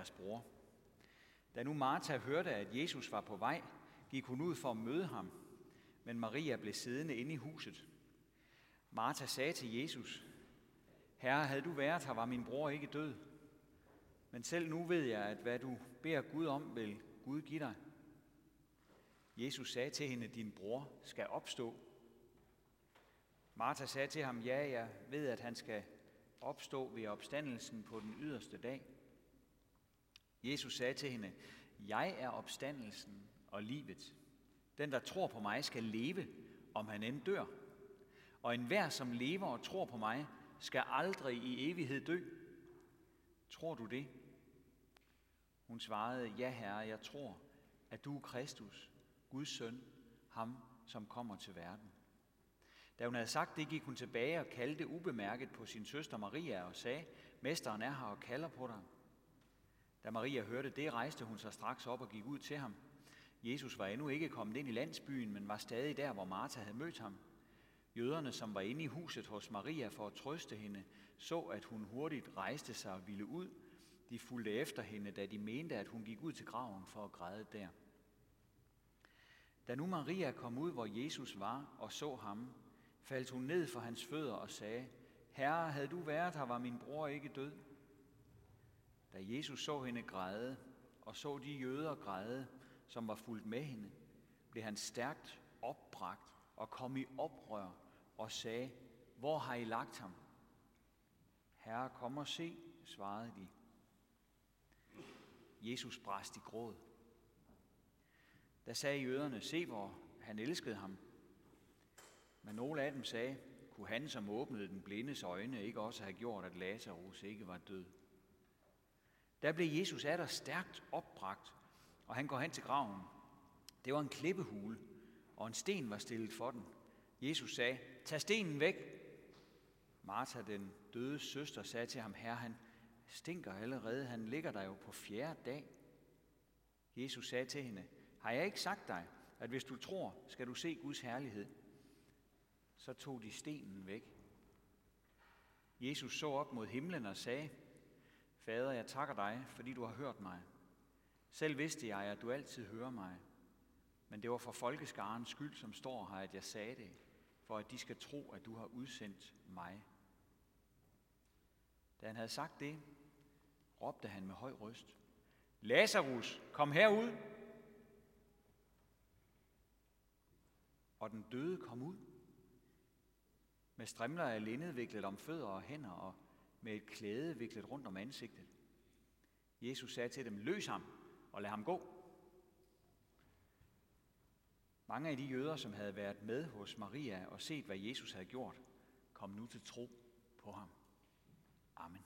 deres bror. Da nu Martha hørte, at Jesus var på vej, gik hun ud for at møde ham, men Maria blev siddende inde i huset. Martha sagde til Jesus: Herre, havde du været her, var min bror ikke død. Men selv nu ved jeg, at hvad du beder Gud om, vil Gud give dig. Jesus sagde til hende: Din bror skal opstå. Martha sagde til ham: Ja, jeg ved, at han skal opstå ved opstandelsen på den yderste dag. Jesus sagde til hende: Jeg er opstandelsen og livet. Den, der tror på mig, skal leve, om han end dør. Og enhver, som lever og tror på mig, skal aldrig i evighed dø. Tror du det? Hun svarede: Ja, Herre, jeg tror, at du er Kristus, Guds søn, ham, som kommer til verden. Da hun havde sagt det, gik hun tilbage og kaldte ubemærket på sin søster Maria og sagde: Mesteren er her og kalder på dig. Da Maria hørte det, rejste hun sig straks op og gik ud til ham. Jesus var endnu ikke kommet ind i landsbyen, men var stadig der, hvor Martha havde mødt ham. Jøderne, som var inde i huset hos Maria for at trøste hende, så, at hun hurtigt rejste sig og ville ud. De fulgte efter hende, da de mente, at hun gik ud til graven for at græde der. Da nu Maria kom ud, hvor Jesus var, og så ham, faldt hun ned for hans fødder og sagde: Herre, havde du været her, var min bror ikke død. Da Jesus så hende græde, og så de jøder græde, som var fulgt med hende, blev han stærkt opbragt og kom i oprør og sagde: Hvor har I lagt ham? Herre, kom og se, svarede de. Jesus brast i gråd. Da sagde jøderne: Se, hvor han elskede ham. Men nogle af dem sagde: Kunne han, som åbnede den blindes øjne, ikke også have gjort, at Lazarus ikke var død? Der blev Jesus atter stærkt opbragt, og han går hen til graven. Det var en klippehule, og en sten var stillet for den. Jesus sagde: Tag stenen væk. Martha, den døde søster, sagde til ham: Herre, han stinker allerede, han ligger der jo på 4. dag. Jesus sagde til hende: Har jeg ikke sagt dig, at hvis du tror, skal du se Guds herlighed? Så tog de stenen væk. Jesus så op mod himlen og sagde: Fader, jeg takker dig, fordi du har hørt mig. Selv vidste jeg, at du altid hører mig. Men det var for folkeskarens skyld, som står her, at jeg sagde det, for at de skal tro, at du har udsendt mig. Da han havde sagt det, råbte han med høj røst: Lazarus, kom herud! Og den døde kom ud, med strimler af linned viklet om fødder og hænder, og med et klæde viklet rundt om ansigtet. Jesus sagde til dem: Løs ham og lad ham gå. Mange af de jøder, som havde været med hos Maria og set, hvad Jesus havde gjort, kom nu til tro på ham. Amen.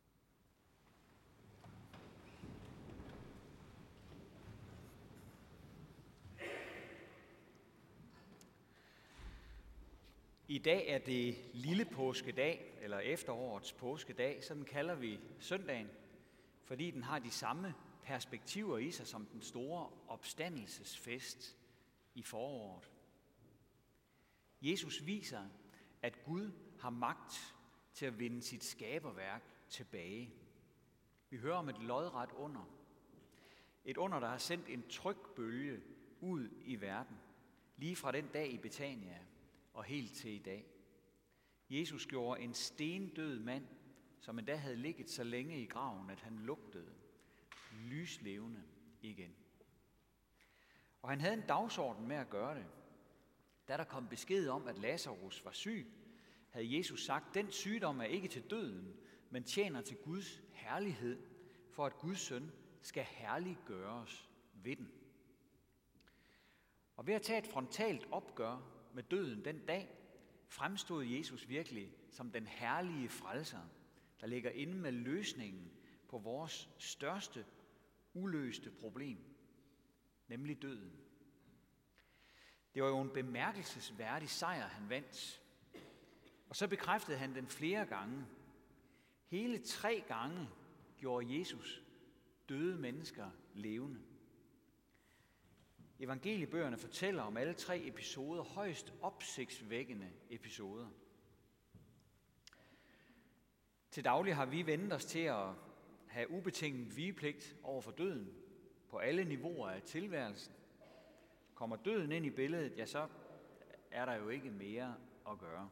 I dag er det lille påskedag, eller efterårets påskedag, sådan kalder vi søndagen, fordi den har de samme perspektiver i sig som den store opstandelsesfest i foråret. Jesus viser, at Gud har magt til at vinde sit skaberværk tilbage. Vi hører om et lodret under. Et under, der har sendt en trykbølge ud i verden, lige fra den dag i Betania og helt til i dag. Jesus gjorde en stendød mand, som endda havde ligget så længe i graven, at han lugtede, lyslevende igen. Og han havde en dagsorden med at gøre det. Da der kom besked om, at Lazarus var syg, havde Jesus sagt: Den sygdom er ikke til døden, men tjener til Guds herlighed, for at Guds søn skal herliggøres ved den. Og ved at tage et frontalt opgør med døden den dag, fremstod Jesus virkelig som den herlige frelser, der ligger inde med løsningen på vores største uløste problem, nemlig døden. Det var jo en bemærkelsesværdig sejr, han vandt. Og så bekræftede han den flere gange. Hele 3 gange gjorde Jesus døde mennesker levende. Evangeliebøgerne fortæller om alle 3 episoder, højst opsigtsvækkende episoder. Til daglig har vi vendt os til at have ubetinget vigepligt over for døden på alle niveauer af tilværelsen. Kommer døden ind i billedet, ja, så er der jo ikke mere at gøre.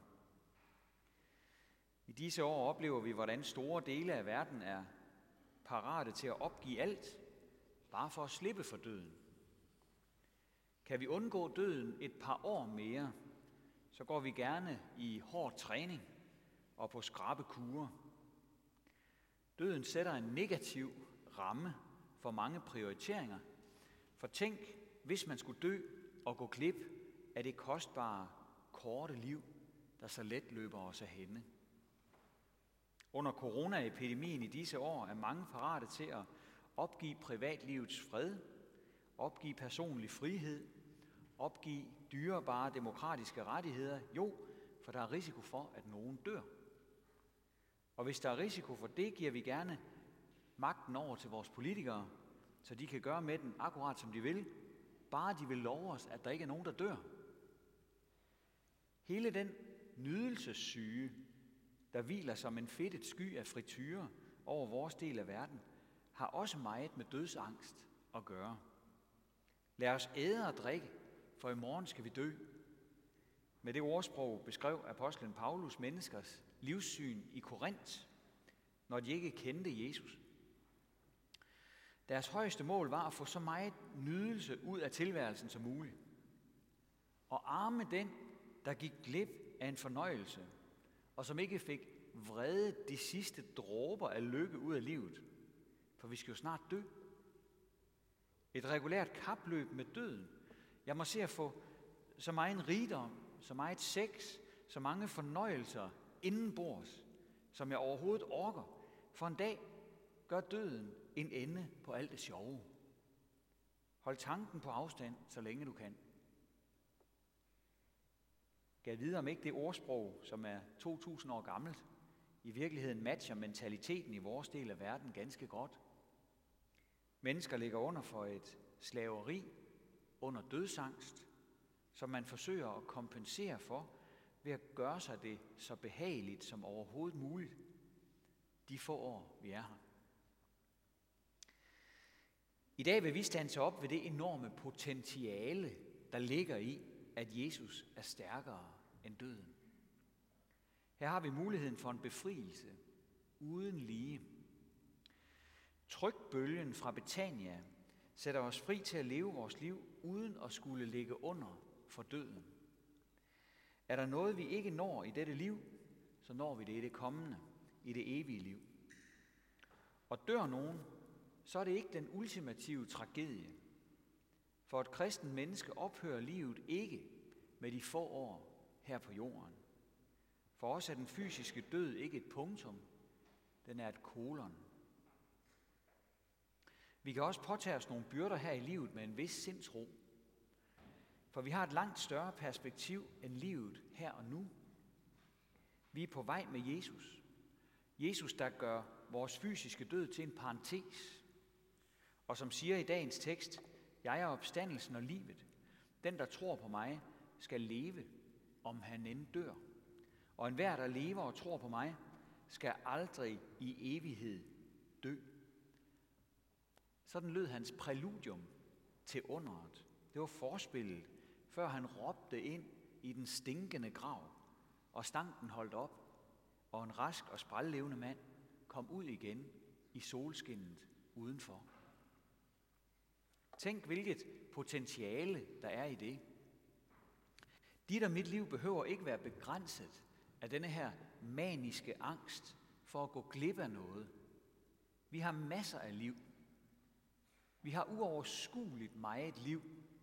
I disse år oplever vi, hvordan store dele af verden er parate til at opgive alt, bare for at slippe for døden. Kan vi undgå døden et par år mere, så går vi gerne i hård træning og på skrappe kurer. Døden sætter en negativ ramme for mange prioriteringer. For tænk, hvis man skulle dø og gå glip af det kostbare, korte liv, der så let løber os af hænde. Under coronaepidemien i disse år er mange parate til at opgive privatlivets fred, opgive personlig frihed, opgive dyrebare demokratiske rettigheder. Jo, for der er risiko for, at nogen dør. Og hvis der er risiko for det, giver vi gerne magten over til vores politikere, så de kan gøre med den akkurat som de vil, bare de vil love os, at der ikke er nogen, der dør. Hele den nydelsessyge, der hviler som en fedtet sky af frityre over vores del af verden, har også meget med dødsangst at gøre. Lad os æde og drikke, for i morgen skal vi dø. Med det ordsprog beskrev apostlen Paulus menneskers livssyn i Korinth, når de ikke kendte Jesus. Deres højeste mål var at få så meget nydelse ud af tilværelsen som muligt. Og arme den, der gik glip af en fornøjelse, og som ikke fik vredet de sidste dråber af lykke ud af livet. For vi skal jo snart dø. Et regulært kapløb med døden. Jeg må se at få så meget rigdom, så meget sex, så mange fornøjelser indenbords, som jeg overhovedet orker. For en dag gør døden en ende på alt det sjove. Hold tanken på afstand, så længe du kan. Gav vide om ikke det ordsprog, som er 2000 år gammelt, i virkeligheden matcher mentaliteten i vores del af verden ganske godt. Mennesker ligger under for et slaveri, under dødsangst, som man forsøger at kompensere for ved at gøre sig det så behageligt som overhovedet muligt, de få år, vi er her. I dag vil vi standse op ved det enorme potentiale, der ligger i, at Jesus er stærkere end døden. Her har vi muligheden for en befrielse uden lige. Trykbølgen fra Betania sætter os fri til at leve vores liv uden at skulle ligge under for døden. Er der noget, vi ikke når i dette liv, så når vi det i det kommende, i det evige liv. Og dør nogen, så er det ikke den ultimative tragedie. For et kristent menneske ophører livet ikke med de få år her på jorden. For os er den fysiske død ikke et punktum, den er et kolon. Vi kan også påtage os nogle byrder her i livet med en vis sindsro. For vi har et langt større perspektiv end livet her og nu. Vi er på vej med Jesus. Jesus, der gør vores fysiske død til en parentes. Og som siger i dagens tekst, jeg er opstandelsen og livet. Den, der tror på mig, skal leve, om han end dør. Og enhver, der lever og tror på mig, skal aldrig i evighed dø. Sådan lød hans præludium til underet. Det var forspillet, før han råbte ind i den stinkende grav, og stanken holdt op, og en rask og sprællevende mand kom ud igen i solskinnet udenfor. Tænk, hvilket potentiale der er i det. Dit og mit liv behøver ikke være begrænset af denne her maniske angst for at gå glip af noget. Vi har masser af liv. Vi har uoverskueligt meget liv,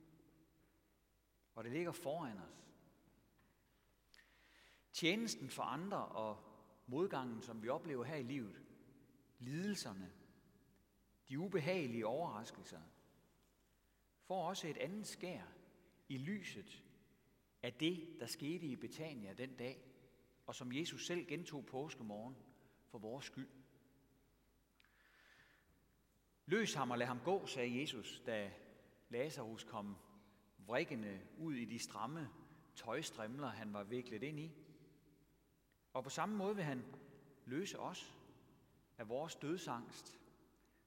og det ligger foran os. Tjenesten for andre og modgangen, som vi oplever her i livet, lidelserne, de ubehagelige overraskelser, får også et andet skær i lyset af det, der skete i Betania den dag, og som Jesus selv gentog påskemorgen for vores skyld. Løs ham og lad ham gå, sagde Jesus, da Lazarus kom vrikkende ud i de stramme tøjstrimler, han var viklet ind i. Og på samme måde vil han løse os af vores dødsangst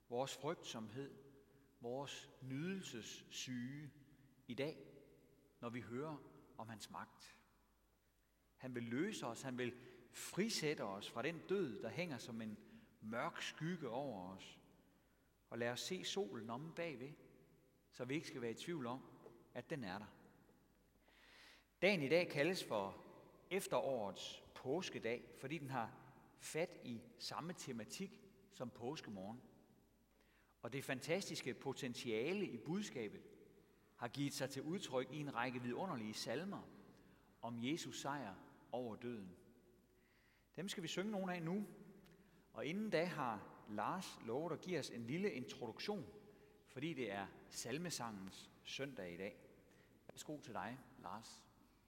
vores frygtsomhed, vores nydelsessyge i dag, når vi hører om hans magt. Han vil løse os, han vil frisætte os fra den død, der hænger som en mørk skygge over os, og lad os se solen omme bagved, så vi ikke skal være i tvivl om, at den er der. Dagen i dag kaldes for efterårets påskedag, fordi den har fat i samme tematik som påskemorgen. Og det fantastiske potentiale i budskabet har givet sig til udtryk i en række vidunderlige salmer om Jesus sejr over døden. Dem skal vi synge nogle af nu, og inden da har Lars lovet at give os en lille introduktion, fordi det er salmesangens søndag i dag. Værsgo til dig, Lars.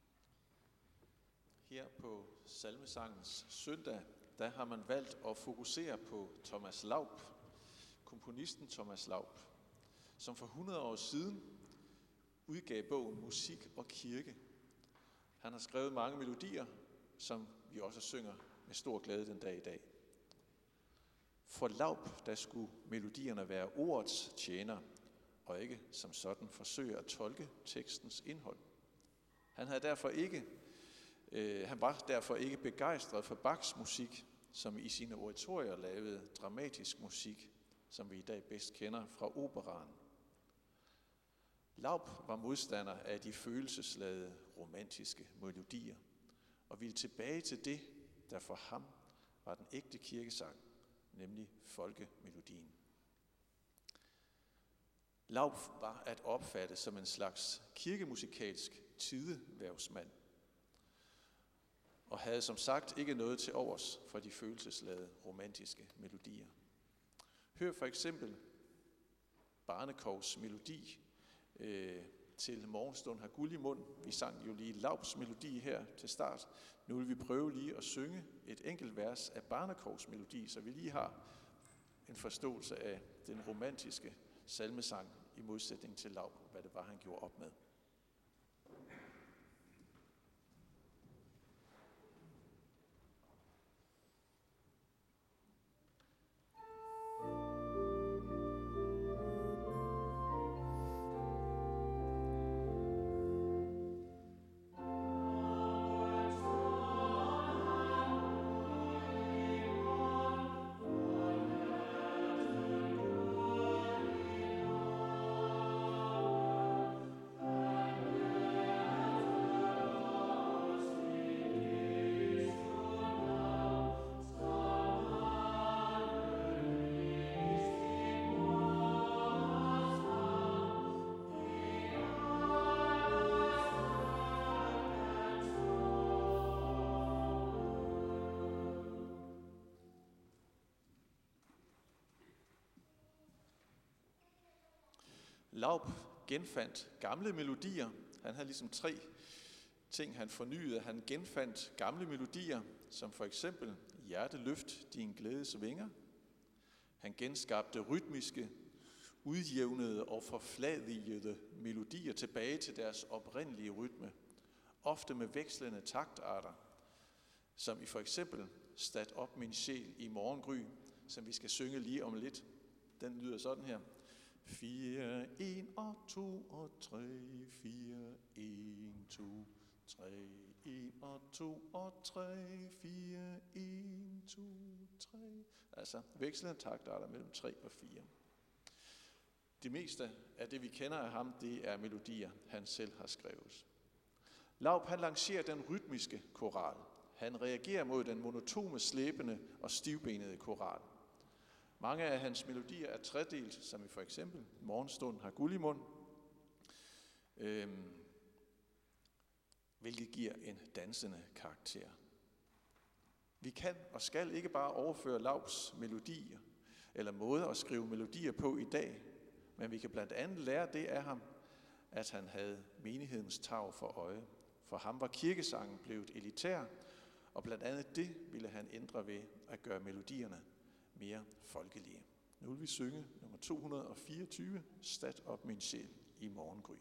Her på salmesangens søndag, der har man valgt at fokusere på Thomas Laub, komponisten Thomas Laub, som for 100 år siden udgav bogen Musik og Kirke. Han har skrevet mange melodier, som vi også synger med stor glæde den dag i dag. For Laub, der skulle melodierne være ordets tjener, og ikke som sådan forsøge at tolke tekstens indhold. Han var derfor ikke begejstret for Bachs musik, som i sine oratorier lavede dramatisk musik, som vi i dag bedst kender fra operaen. Laub var modstander af de følelsesladede romantiske melodier, og ville tilbage til det, der for ham var den ægte kirkesang, nemlig folkemelodien. Laub var at opfatte som en slags kirkemusikalsk tideværvsmand, og havde som sagt ikke noget til overs for de følelsesladede romantiske melodier. Hør for eksempel Barnekovs melodi til Morgenstund har guld i mund. Vi sang jo lige Laubs melodi her til start. Nu vil vi prøve lige at synge et enkelt vers af Barnekovs melodi, så vi lige har en forståelse af den romantiske salmesang i modsætning til Laub, hvad det var, han gjorde op med. Laub genfandt gamle melodier. Han havde ligesom 3 ting, han fornyede. Han genfandt gamle melodier, som for eksempel Hjerteløft, din glædes vinger. Han genskabte rytmiske, udjævnede og forfladigede melodier tilbage til deres oprindelige rytme, ofte med vekslende taktarter, som i for eksempel Stat op min sjæl i morgengry, som vi skal synge lige om lidt. Den lyder sådan her. 4, 1 og 2 og 3, 4, 1, 2, 3, 1 og 2 og 3, 4, 1, 2, 3. Altså vekslende taktarter mellem 3 og 4. Det meste af det, vi kender af ham, det er melodier, han selv har skrevet. Laub, han lancerer den rytmiske koral. Han reagerer mod den monotone, slæbende og stivbenede koral. Mange af hans melodier er tredelt, som i for eksempel Morgenstund har guld i mund, hvilket giver en dansende karakter. Vi kan og skal ikke bare overføre Laubs melodier, eller måder at skrive melodier på i dag, men vi kan blandt andet lære det af ham, at han havde menighedens tarv for øje. For ham var kirkesangen blevet elitær, og blandt andet det ville han ændre ved at gøre melodierne mere folkelige. Nu vil vi synge nummer 224, Stat op min sjæl i morgengry.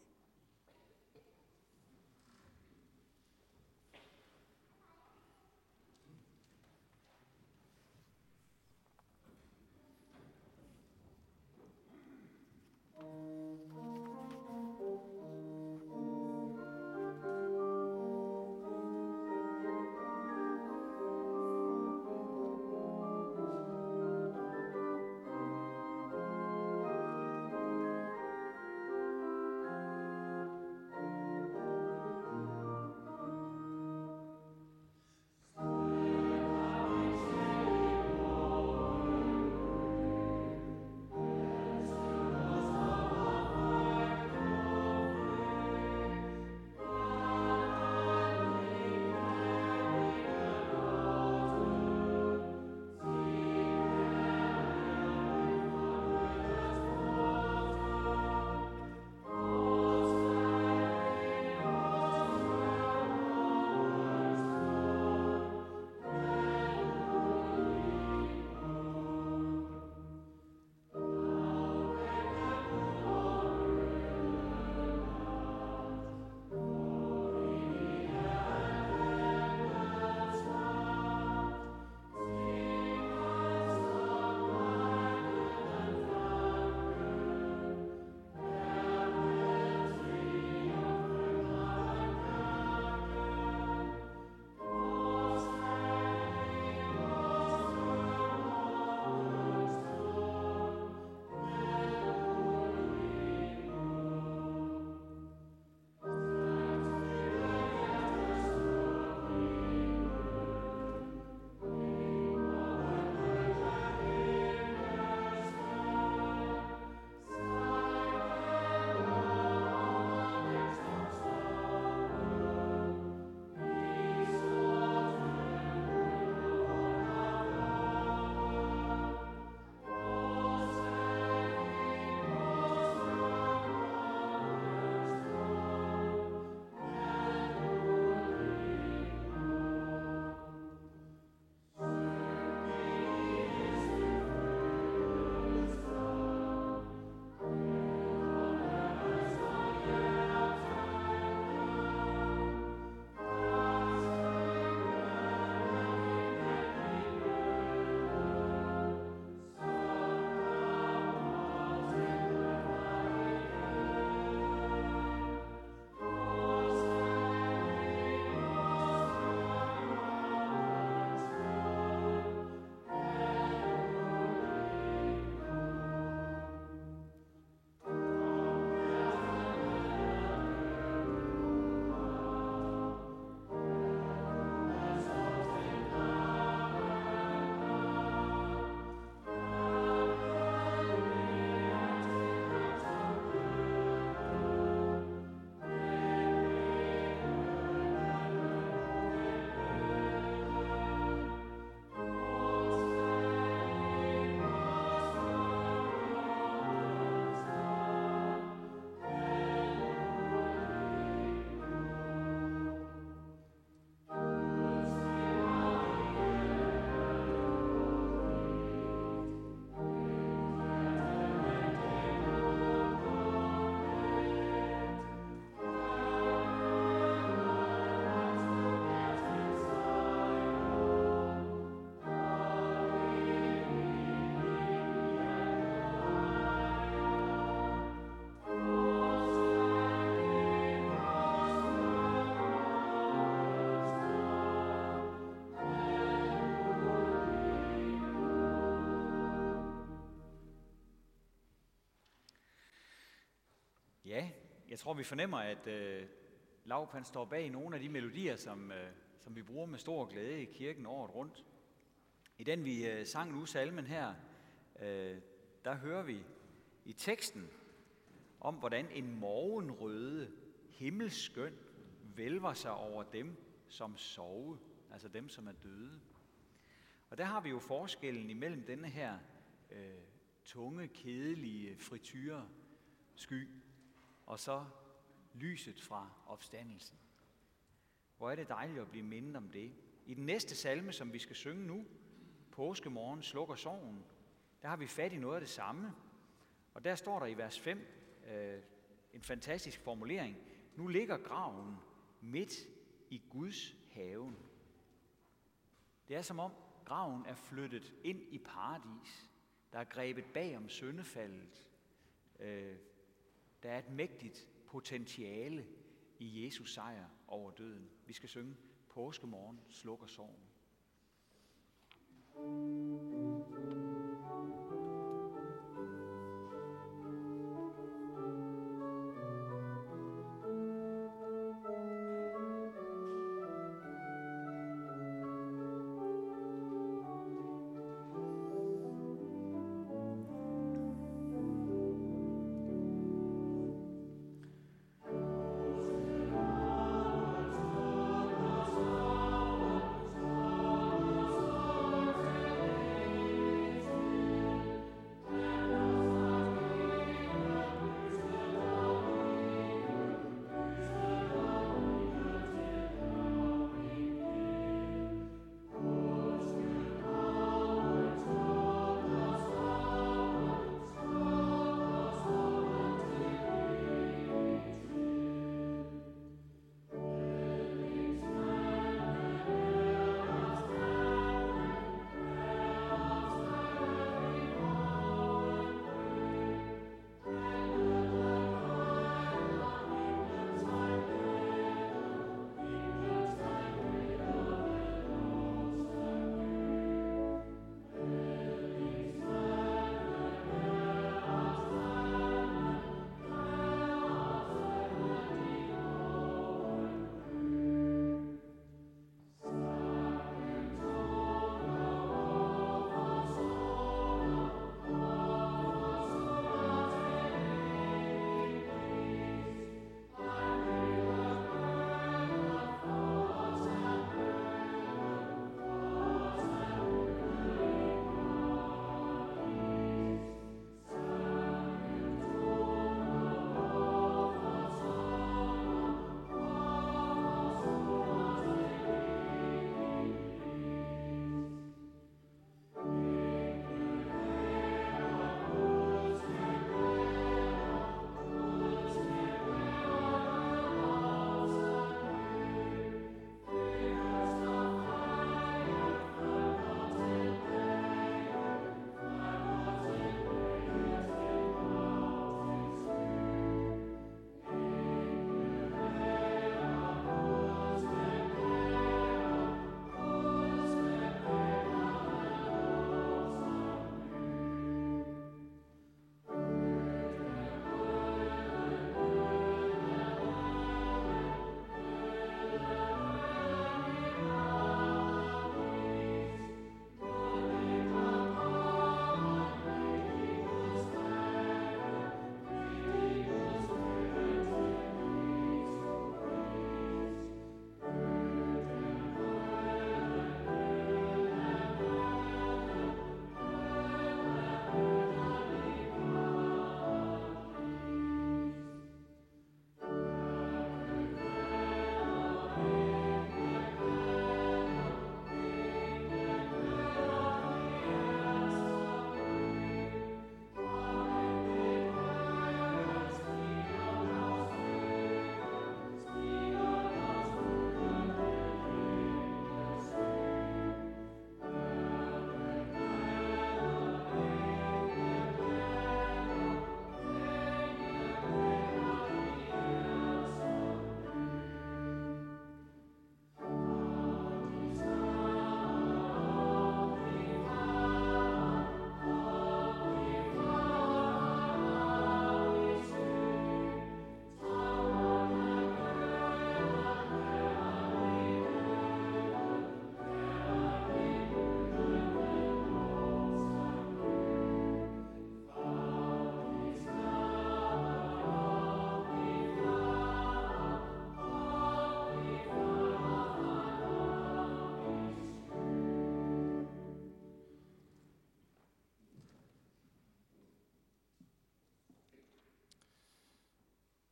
Ja, jeg tror, vi fornemmer, at Laup han står bag nogle af de melodier, som vi bruger med stor glæde i kirken året rundt. I den, vi sang nu salmen her, der hører vi i teksten om, hvordan en morgenrøde himmelskøn vælver sig over dem, som sove, altså dem, som er døde. Og der har vi jo forskellen imellem denne her tunge, kedelige frityresky, og så lyset fra opstandelsen. Hvor er det dejligt at blive mindet om det. I den næste salme, som vi skal synge nu, Påskemorgen slukker sorgen, der har vi fat i noget af det samme. Og der står der i vers 5 en fantastisk formulering. Nu ligger graven midt i Guds haven. Det er som om graven er flyttet ind i paradis. Der er grebet bag om syndefaldet. Der er et mægtigt potentiale i Jesus sejr over døden. Vi skal synge Påskemorgen slukker sorgen.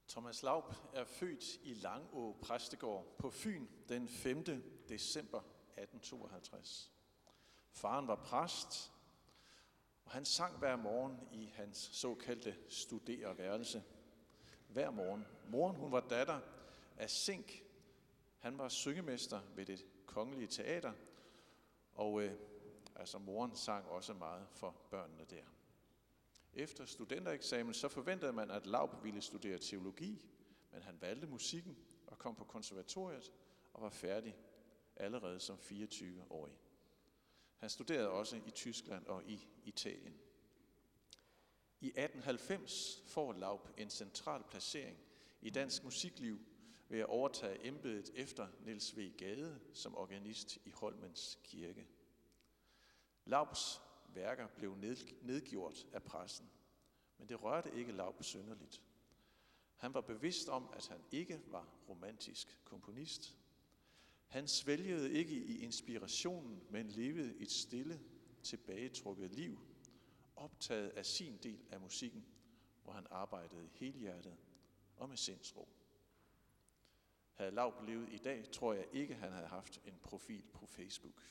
Thomas Laub er født i Langå Præstegård på Fyn den 5. december 1852. Faren var præst, og han sang hver morgen i hans såkaldte studereværelse. Hver morgen. Moren, hun var datter af Zink. Han var syngemester ved det kongelige teater, og moren sang også meget for børnene der. Efter studentereksamen så forventede man, at Laub ville studere teologi, men han valgte musikken og kom på konservatoriet og var færdig allerede som 24-årig. Han studerede også i Tyskland og i Italien. I 1890 får Laub en central placering i dansk musikliv ved at overtage embedet efter Niels W. Gade som organist i Holmens Kirke. Laubs værker blev nedgjort af pressen, men det rørte ikke Laub synderligt. Han var bevidst om, at han ikke var romantisk komponist. Han svælgede ikke i inspirationen, men levede et stille, tilbagetrukket liv, optaget af sin del af musikken, hvor han arbejdede helhjertet og med sindsro. Havde Laub levet i dag, tror jeg ikke, han havde haft en profil på Facebook.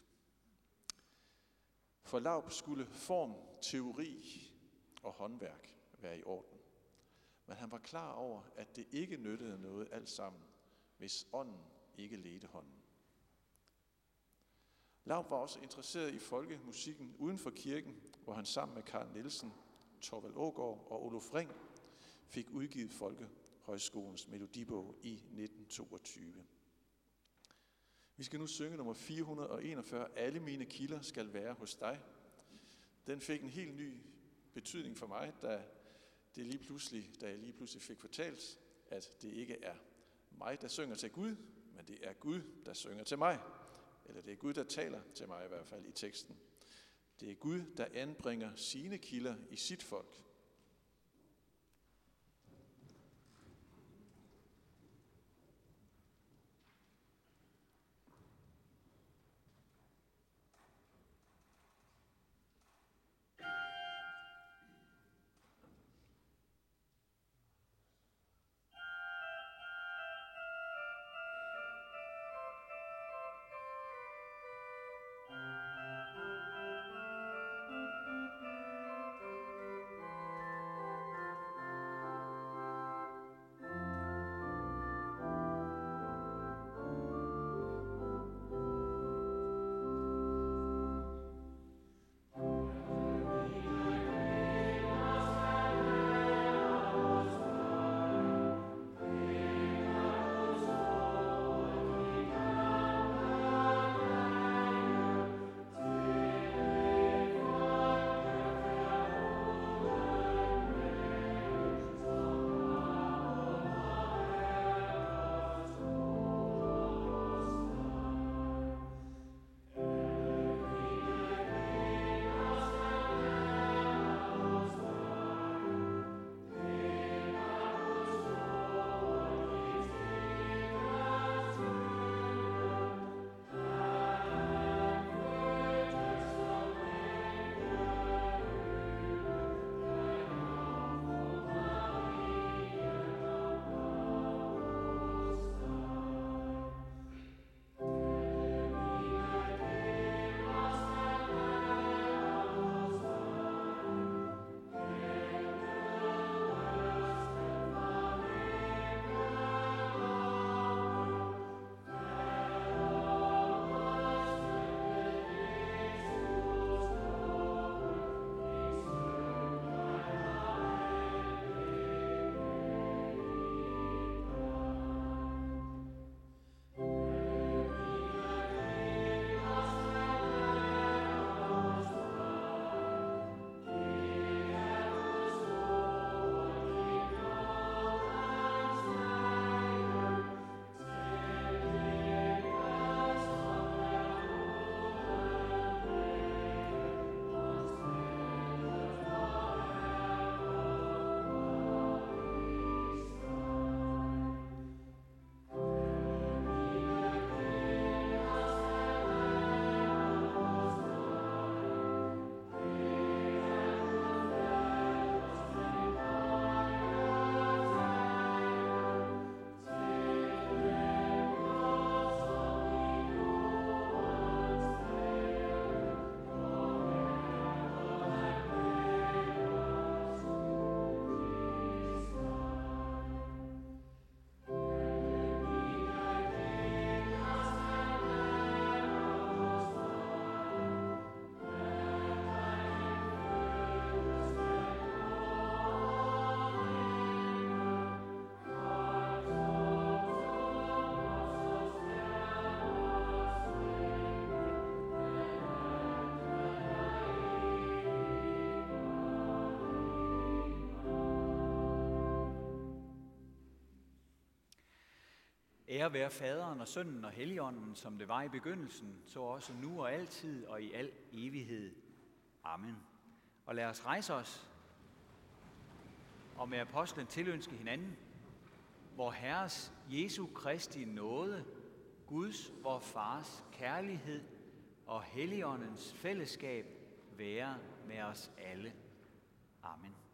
For Laub skulle form, teori og håndværk være i orden. Men han var klar over, at det ikke nyttede noget alt sammen, hvis ånden ikke ledte hånden. Laub var også interesseret i folkemusikken uden for kirken, hvor han sammen med Carl Nielsen, Thorvald Aagaard og Olof Ring fik udgivet Folkehøjskolens melodibog i 1922. Vi skal nu synge nummer 441, Alle mine kilder skal være hos dig. Den fik en helt ny betydning for mig, da jeg lige pludselig fik fortalt, at det ikke er mig, der synger til Gud, men det er Gud, der synger til mig. Eller det er Gud, der taler til mig i hvert fald i teksten. Det er Gud, der anbringer sine kilder i sit folk. Ære være Faderen og Sønnen og Helligånden, som det var i begyndelsen, så også nu og altid og i al evighed. Amen. Og lad os rejse os og med apostlen tilønske hinanden, vor Herres Jesu Kristi nåde, Guds, vor Fars kærlighed og Helligåndens fællesskab være med os alle. Amen.